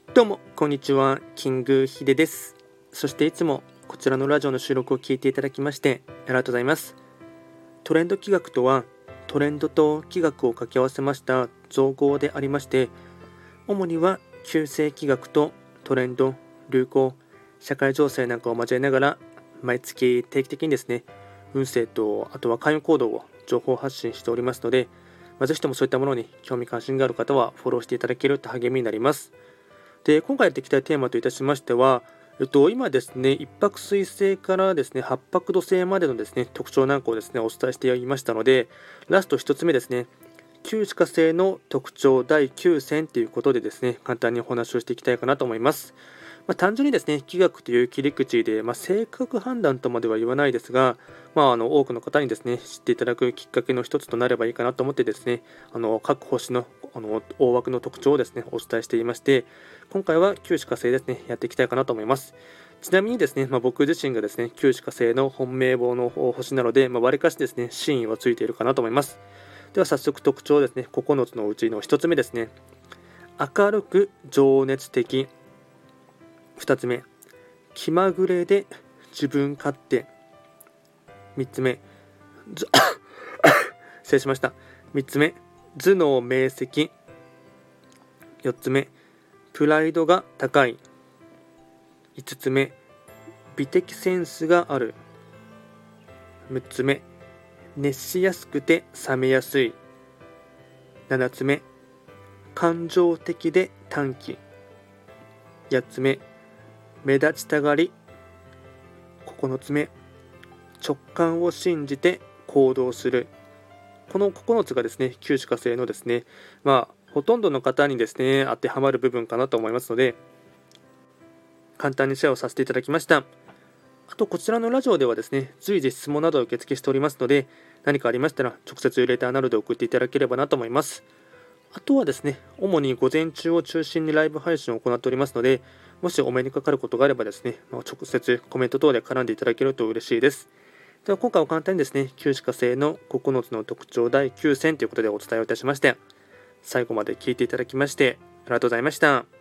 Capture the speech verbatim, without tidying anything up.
どうもこんにちは、キングヒデです。そしていつもこちらのラジオの収録を聞いていただきましてありがとうございます。トレンド企画とは、トレンドと企画を掛け合わせました造語でありまして、主には旧世企画とトレンド、流行、社会情勢なんかを交えながら、毎月定期的にですね、運勢とあとは関与行動を情報発信しておりますので、まあ、ぜひともそういったものに興味関心がある方はフォローしていただけると励みになります。で、今回やっていきたいテーマといたしましては、えっと、今ですね、一泊水星からですね、八泊土星までのですね、特徴なんかをですね、お伝えしていましたので、ラスト一つ目ですね、旧歯科星の特徴だいきゅう選ということでですね、簡単にお話をしていきたいかなと思います。まあ、単純にですね、気学という切り口で、まあ、性格判断とまでは言わないですが、まあ、あの多くの方にですね、知っていただくきっかけの一つとなればいいかなと思ってですね、あの各星のあの大枠の特徴をですね、お伝えしていまして、今回は旧歯科星ですね、やっていきたいかなと思います。ちなみにですね、まあ、僕自身がですね、旧歯科星の本命簿の星なので、まあ、割かしですね、真意はついているかなと思います。では早速特徴ですね、ここのつのうちのひとつめですね。明るく情熱的。ふたつめ、気まぐれで自分勝手。みっつめ、ず失礼しました。みっつめ、頭脳明晰。よっつめ、プライドが高い。いつつめ、美的センスがある。むっつめ、熱しやすくて冷めやすい。ななつめ、感情的で短気。やっつめ、目立ちたがり。ここのつめ、直感を信じて行動する。このここのつがですね、旧歯科星のですね、まあほとんどの方にですね、当てはまる部分かなと思いますので、簡単にシェアをさせていただきました。あとこちらのラジオではですね、随時質問などを受付しておりますので、何かありましたら直接レターなどで送っていただければなと思います。あとはですね、主に午前中を中心にライブ配信を行っておりますので、もしお目にかかることがあればですね、まあ直接コメント等で絡んでいただけると嬉しいです。では今回は簡単にですね、旧歯科星のここのつの特徴だいきゅう選ということでお伝えをいたしまして、最後まで聞いていただきましてありがとうございました。